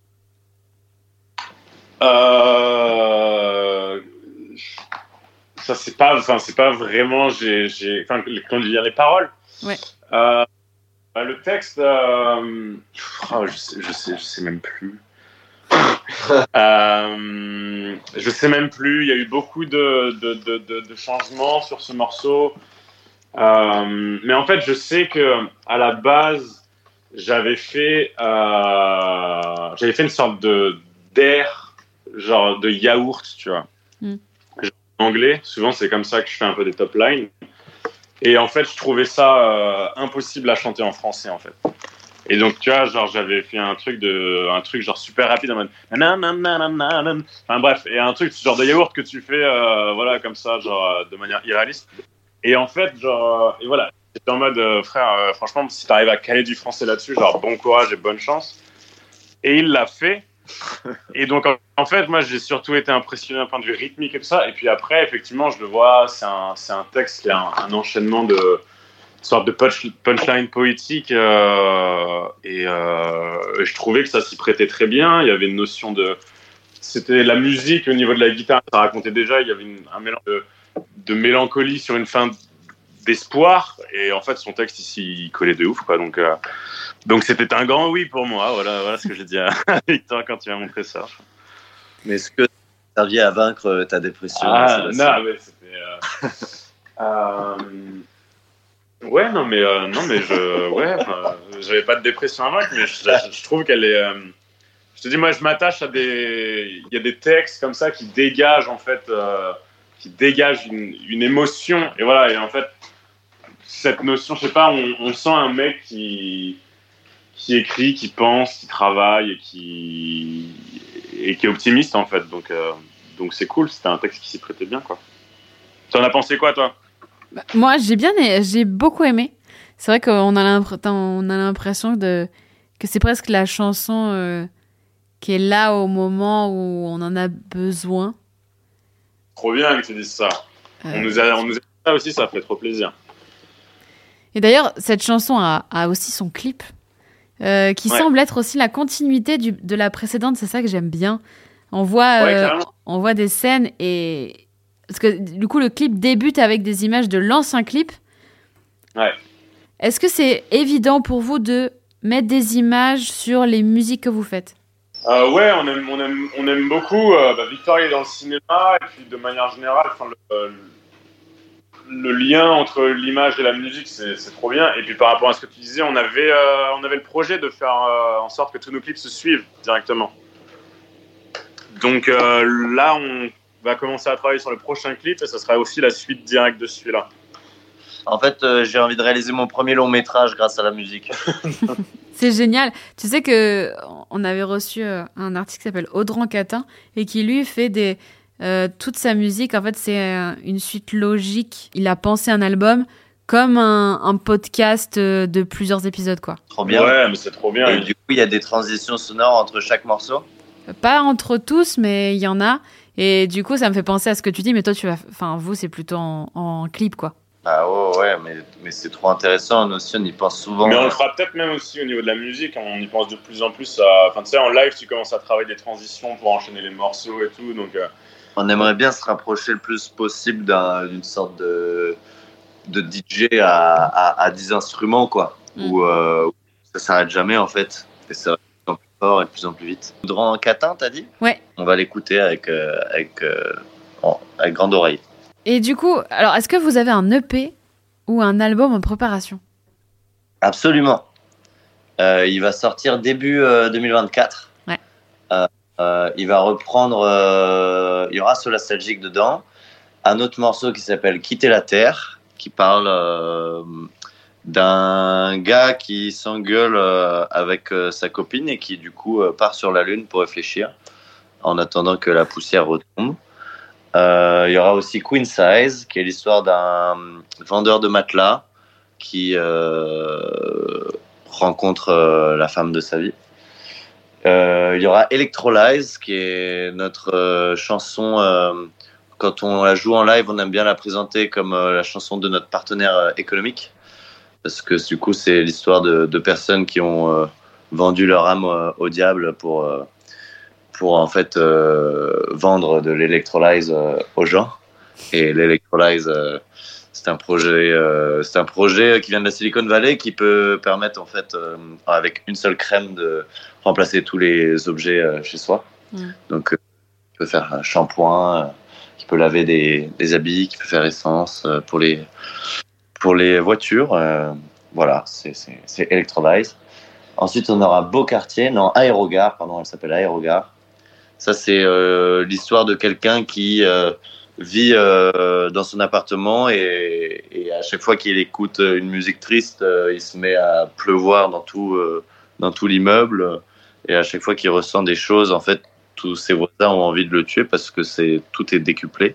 euh... Ça, c'est pas, enfin, c'est pas vraiment. J'ai, j'ai... Enfin, quand je lis les paroles. Ouais. Euh... Bah, le texte, euh... oh, je, sais, je, sais, je sais même plus. euh... Je sais même plus. Il y a eu beaucoup de, de, de, de, de changements sur ce morceau. Euh, mais en fait, je sais que à la base, j'avais fait, euh, j'avais fait une sorte de d'air, genre de yaourt, tu vois. Mm. En anglais, souvent c'est comme ça que je fais un peu des top lines. Et en fait, je trouvais ça euh, impossible à chanter en français, en fait. Et donc, tu vois, genre, j'avais fait un truc de, un truc genre super rapide en mode, nanananananan. Enfin bref, et un truc genre de yaourt que tu fais, euh, voilà, comme ça, genre de manière irréaliste. Et en fait, genre, et voilà, j'étais en mode, euh, frère, euh, franchement, si t'arrives à caler du français là-dessus, genre, bon courage et bonne chance. Et il l'a fait. Et donc, en, en fait, moi, j'ai surtout été impressionné d'un point de vue rythmique et tout ça. Et puis après, effectivement, je le vois, c'est un, c'est un texte qui a un, un enchaînement de sorte de punch, punchline poétique. Euh, et, euh, et je trouvais que ça s'y prêtait très bien. Il y avait une notion de... C'était la musique, au niveau de la guitare, ça racontait déjà, il y avait une, un mélange de... de mélancolie sur une fin d'espoir, et en fait son texte ici il collait de ouf, quoi. Donc euh, donc c'était un grand oui pour moi. Voilà, voilà ce que j'ai dit à Victor quand tu m'as montré ça. Mais est-ce que ça servait à vaincre ta dépression? Ah non, mais c'était euh... euh... ouais non mais euh, non mais je ouais euh, j'avais pas de dépression à vaincre, mais je, je, je trouve qu'elle est euh... je te dis, moi je m'attache à des, il y a des textes comme ça qui dégagent en fait euh... qui dégage une, une émotion, et voilà, et en fait cette notion, je sais pas, on, on sent un mec qui qui écrit, qui pense, qui travaille et qui et qui est optimiste en fait, donc euh, donc c'est cool, c'était un texte qui s'y prêtait bien, quoi. T'en as pensé quoi, toi? Bah, moi j'ai bien j'ai beaucoup aimé. C'est vrai qu'on a l'impression on a l'impression de que c'est presque la chanson euh, qui est là au moment où on en a besoin. Trop bien que tu dises ça. Euh... On nous a, on nous a dit ça aussi, ça fait trop plaisir. Et d'ailleurs, cette chanson a, a aussi son clip, euh, qui ouais. semble être aussi la continuité du, de la précédente. C'est ça que j'aime bien. On voit, ouais, euh, on voit des scènes et parce que du coup, le clip débute avec des images de l'ancien clip. Ouais. Est-ce que c'est évident pour vous de mettre des images sur les musiques que vous faites? Euh, ouais, on aime, on aime, on aime beaucoup. Euh, bah, Victor est dans le cinéma, et puis de manière générale, le, le lien entre l'image et la musique, c'est, c'est trop bien. Et puis par rapport à ce que tu disais, on avait, euh, on avait le projet de faire euh, en sorte que tous nos clips se suivent directement. Donc euh, là, on va commencer à travailler sur le prochain clip, et ça sera aussi la suite directe de celui-là. En fait, euh, j'ai envie de réaliser mon premier long métrage grâce à la musique. C'est génial. Tu sais que on avait reçu un artiste qui s'appelle Audran Catin et qui lui fait des euh, toute sa musique. En fait, c'est une suite logique. Il a pensé un album comme un, un podcast de plusieurs épisodes, quoi. Trop bien. Ouais, mais c'est trop bien. Et du coup, il y a des transitions sonores entre chaque morceau. Pas entre tous, mais il y en a. Et du coup, ça me fait penser à ce que tu dis. Mais toi, tu vas, enfin, vous, c'est plutôt en, en clip, quoi. Ah oh, ouais, mais, mais c'est trop intéressant. Notion, on y pense souvent. Mais on le fera peut-être même aussi au niveau de la musique. On y pense de plus en plus. À... Enfin, tu sais, en live, tu commences à travailler des transitions pour enchaîner les morceaux et tout. Donc, euh... on aimerait bien se rapprocher le plus possible d'un, d'une sorte de, de D J à, à, à dix instruments, quoi. Mm. Où, euh, où ça s'arrête jamais, en fait. Et ça va de plus en plus fort et de plus en plus vite. Audran Catin, t'as dit? Ouais. On va l'écouter avec, euh, avec, euh, avec grande oreille. Et du coup, alors, est-ce que vous avez un E P ou un album en préparation? Absolument. Euh, il va sortir début euh, deux mille vingt-quatre. Ouais. Euh, euh, il va reprendre. Euh, il y aura Solastalgique dedans. Un autre morceau qui s'appelle Quitter la Terre, qui parle euh, d'un gars qui s'engueule euh, avec euh, sa copine et qui du coup euh, part sur la Lune pour réfléchir en attendant que la poussière retombe. Euh, il y aura aussi Queen Size, qui est l'histoire d'un vendeur de matelas qui euh, rencontre euh, la femme de sa vie. Euh, il y aura Electrolyze, qui est notre euh, chanson. Euh, quand on la joue en live, on aime bien la présenter comme euh, la chanson de notre partenaire euh, économique, parce que du coup, c'est l'histoire de, de personnes qui ont euh, vendu leur âme euh, au diable pour euh, pour en fait euh, vendre de l'Electrolyze euh, aux gens. Et l'Electrolyze, euh, c'est un projet, euh, c'est un projet qui vient de la Silicon Valley qui peut permettre en fait, euh, avec une seule crème, de remplacer tous les objets euh, chez soi. Mmh. Donc, euh, qui peut faire un shampoing, euh, qui peut laver des, des habits, qui peut faire essence euh, pour les pour les voitures. Euh, voilà, c'est c'est, c'est Electrolyze. Ensuite, on aura Beaucartier, non Aérogare, pardon, elle s'appelle Aérogare. Ça, c'est euh, l'histoire de quelqu'un qui euh, vit euh, dans son appartement et, et à chaque fois qu'il écoute une musique triste, euh, il se met à pleuvoir dans tout, euh, dans tout l'immeuble. Et à chaque fois qu'il ressent des choses, en fait, tous ses voisins ont envie de le tuer parce que c'est, tout est décuplé.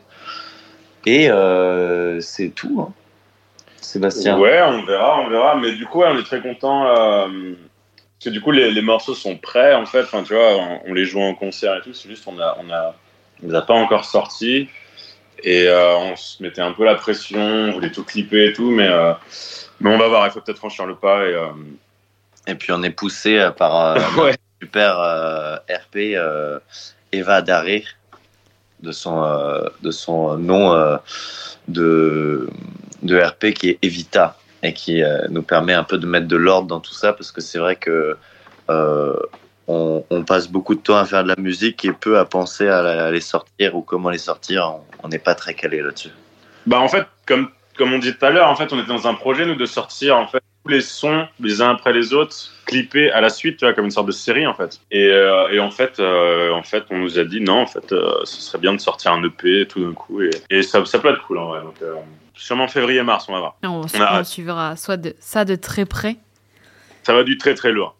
Et euh, c'est tout, hein. Sébastien. Ouais, on verra, on verra. Mais du coup, ouais, on est très contents. Euh... Parce que du coup, les, les morceaux sont prêts, en fait. Enfin, tu vois, on, on les joue en concert et tout. C'est juste, on a, on a, on les a pas encore sortis. Et euh, on se mettait un peu la pression. On voulait tout clipper et tout. Mais, euh, mais on va voir. Il faut peut-être franchir le pas. Et, euh... et puis, on est poussé par euh, ouais. super euh, R P euh, Eva Daré, de son, euh, de son nom euh, de, de R P qui est Evita. Et qui euh, nous permet un peu de mettre de l'ordre dans tout ça, parce que c'est vrai que euh, on, on passe beaucoup de temps à faire de la musique et peu à penser à, la, à les sortir ou comment les sortir. On n'est pas très calé là-dessus. Bah en fait, comme comme on dit tout à l'heure, en fait, on était dans un projet nous de sortir en fait tous les sons les uns après les autres, clippés à la suite, tu vois, comme une sorte de série en fait. Et, euh, et en fait, euh, en fait, on nous a dit non, en fait, euh, ce serait bien de sortir un E P tout d'un coup, et, et ça, ça peut être cool en vrai. Donc, euh, sûrement février-mars, on va voir. On, on, a on suivra soit de, ça de très près. Ça va du très très lourd.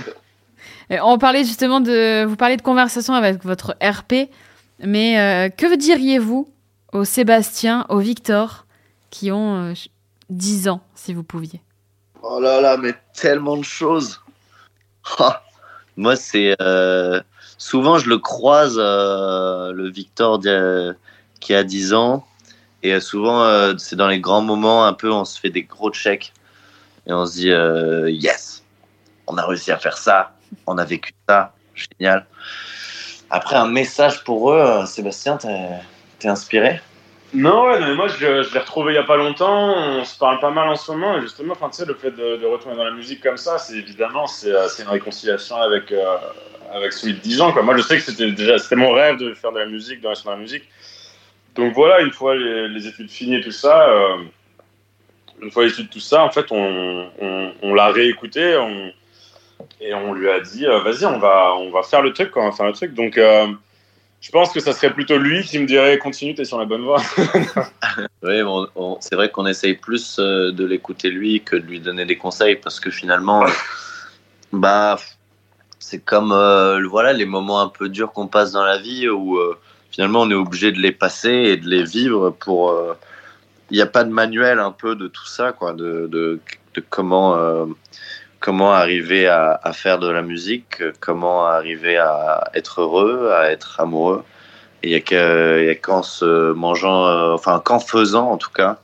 On parlait justement de, vous parlez de conversation avec votre R P, mais euh, que diriez-vous aux Sébastien, aux Victor, qui ont euh, dix ans, si vous pouviez? Oh là là, mais tellement de choses. Oh, moi, c'est euh, souvent je le croise, euh, le Victor qui a dix ans. Et souvent, euh, c'est dans les grands moments, un peu, on se fait des gros checks. Et on se dit, euh, yes, on a réussi à faire ça. On a vécu ça. Génial. Après, un message pour eux, Sébastien, t'es, t'es inspiré? Non, ouais, non, mais moi, je, je l'ai retrouvé il n'y a pas longtemps. On se parle pas mal en ce moment. Et justement, enfin, tu sais, le fait de, de retourner dans la musique comme ça, c'est évidemment, c'est, c'est une réconciliation avec, euh, avec celui de dix ans, quoi. Moi, je sais que c'était déjà, c'était mon rêve de faire de la musique, de rester dans la musique. Donc voilà, une fois les, les études finies et tout ça, euh, une fois les études tout ça, en fait, on, on, on l'a réécouté on, et on lui a dit, euh, vas-y, on va, on va faire le truc, quoi, on va faire le truc. Donc, euh, je pense que ça serait plutôt lui qui me dirait, continue, t'es sur la bonne voie. Oui, on, on, c'est vrai qu'on essaye plus euh, de l'écouter lui que de lui donner des conseils, parce que finalement, euh, bah, c'est comme euh, voilà, les moments un peu durs qu'on passe dans la vie où euh, finalement, on est obligé de les passer et de les vivre pour. Il euh, n'y a pas de manuel un peu de tout ça, quoi, de, de, de comment, euh, comment arriver à, à faire de la musique, comment arriver à être heureux, à être amoureux. Et il n'y a, qu', a qu'en se mangeant, euh, enfin, qu'en faisant en tout cas,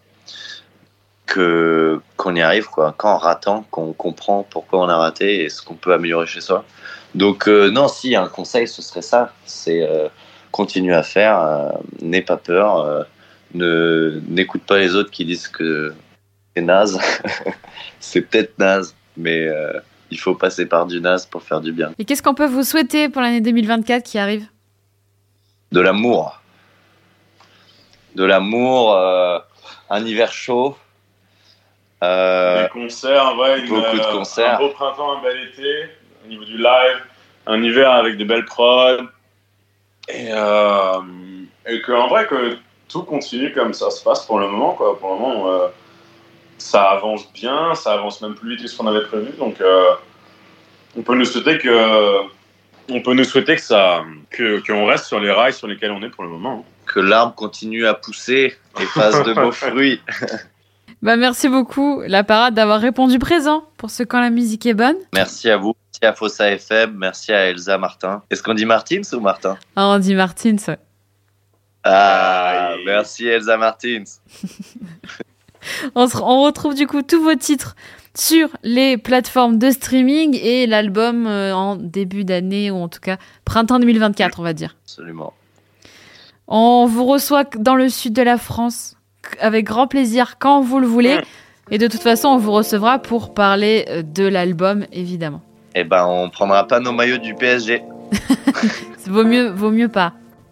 que, qu'on y arrive, quoi, qu'en ratant, qu'on comprend pourquoi on a raté et ce qu'on peut améliorer chez soi. Donc, euh, non, si, un conseil, ce serait ça. C'est. Euh, Continue à faire, euh, n'aie pas peur, euh, ne, n'écoute pas les autres qui disent que c'est naze. C'est peut-être naze, mais euh, il faut passer par du naze pour faire du bien. Et qu'est-ce qu'on peut vous souhaiter pour l'année deux mille vingt-quatre qui arrive? De l'amour. De l'amour, euh, un hiver chaud, Euh, Des concerts, ouais, une, beaucoup de concerts. Un beau printemps, un bel été, au niveau du live, un hiver avec des belles prods. Et, euh, et qu'en vrai, que tout continue comme ça se passe pour le moment, quoi. Pour le moment, euh, ça avance bien, ça avance même plus vite que ce qu'on avait prévu. Donc, euh, on peut nous souhaiter que, on peut nous souhaiter que ça, que, qu'on reste sur les rails sur lesquels on est pour le moment. Que l'arbre continue à pousser et fasse de beaux fruits. Bah, merci beaucoup, La Parade, d'avoir répondu présent pour ce Quand la musique est bonne. Merci à vous, merci à Fossa F M, merci à Elsa Martin. Est-ce qu'on dit Martins ou Martin? Ah, on dit Martins, ouais. Ah, Aïe. merci Elsa Martins. On, se, on retrouve du coup tous vos titres sur les plateformes de streaming et l'album euh, en début d'année, ou en tout cas printemps deux mille vingt-quatre, on va dire. Absolument. On vous reçoit dans le sud de la France avec grand plaisir quand vous le voulez. Et de toute façon, on vous recevra pour parler de l'album, évidemment. Eh ben, on prendra pas nos maillots du P S G. vaut mieux, vaut mieux pas.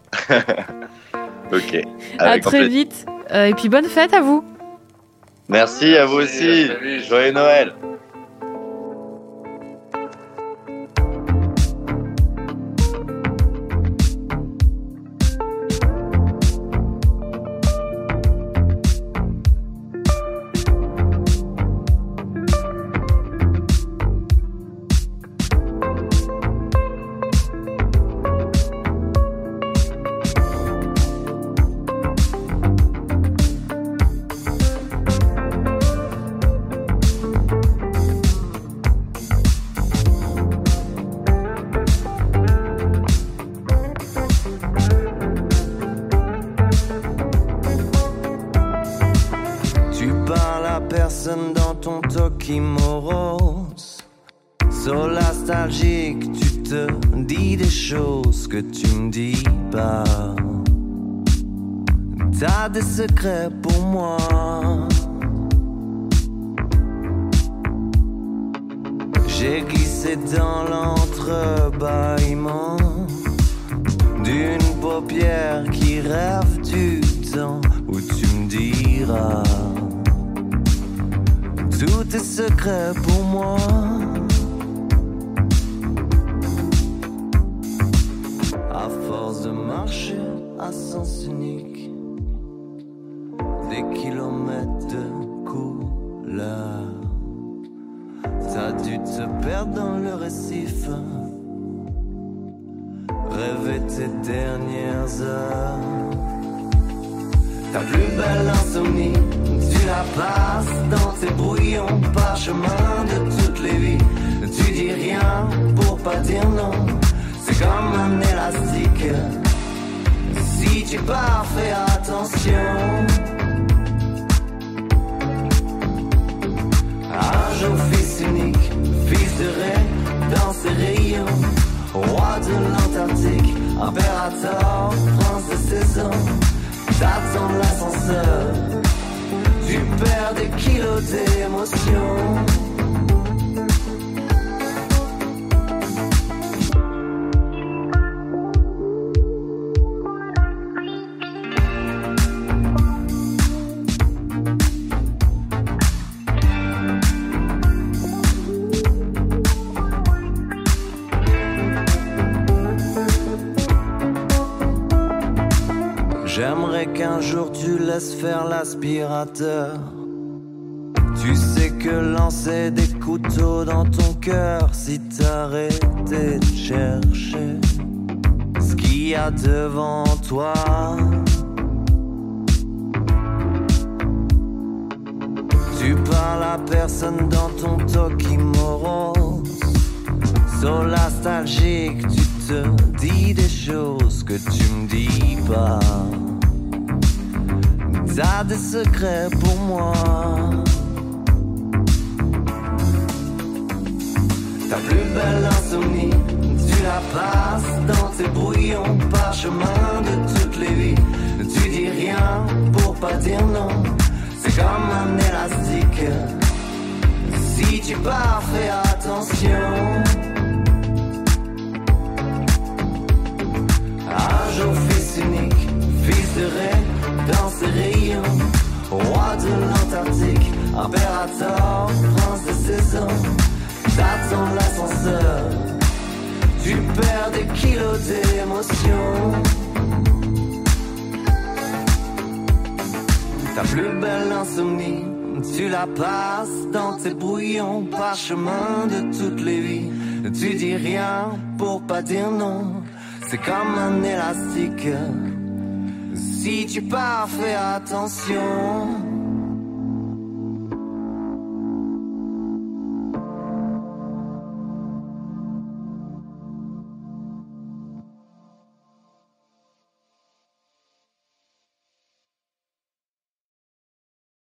Ok. À Avec très vite. Euh, et puis bonne fête à vous. Merci à vous Merci, aussi. à très vite. Joyeux Noël. Personne dans ton Tokimoros. So nostalgique, tu te dis des choses que tu me dis pas. T'as des secrets pour moi. J'ai glissé dans l'entrebâillement d'une paupière qui rêve du temps où tu me diras tous tes secrets pour moi. À force de marcher à sens unique, des kilomètres de couleurs, t'as dû te perdre dans le récif, rêver tes dernières heures. Ta plus belle insomnie, tu la passes dans tes brouillons parchemins de toutes les vies. Tu dis rien pour pas dire non, c'est comme un élastique. Si tu pars, fais attention. Un jour fils unique, fils de ré dans ses rayons, roi de l'Antarctique, impérateur, prince de saison. T'attends l'ascenseur, tu perds des kilos d'émotions. J'aimerais qu'un jour tu laisses faire l'aspirateur. Tu sais que lancer des couteaux dans ton cœur, si t'arrêtais de chercher ce qu'il y a devant toi. Tu parles à personne dans ton Tokimoros. So nostalgique, tu te dis des choses que tu me dis pas. T'as des secrets pour moi. Ta plus belle insomnie, tu la passes dans tes brouillons parchemins de toutes les vies. Tu dis rien pour pas dire non, c'est comme un élastique. Si tu pars, fais attention. Un jour fils unique, fils de ré dans ses rayons, roi de l'Antarctique, Impérator, prince de saison, t'attends l'ascenseur. Tu perds des kilos d'émotion. Ta plus belle insomnie, tu la passes dans tes brouillons, parchemin de toutes les vies. Tu dis rien pour pas dire non, c'est comme un élastique. Si tu pars, fais attention.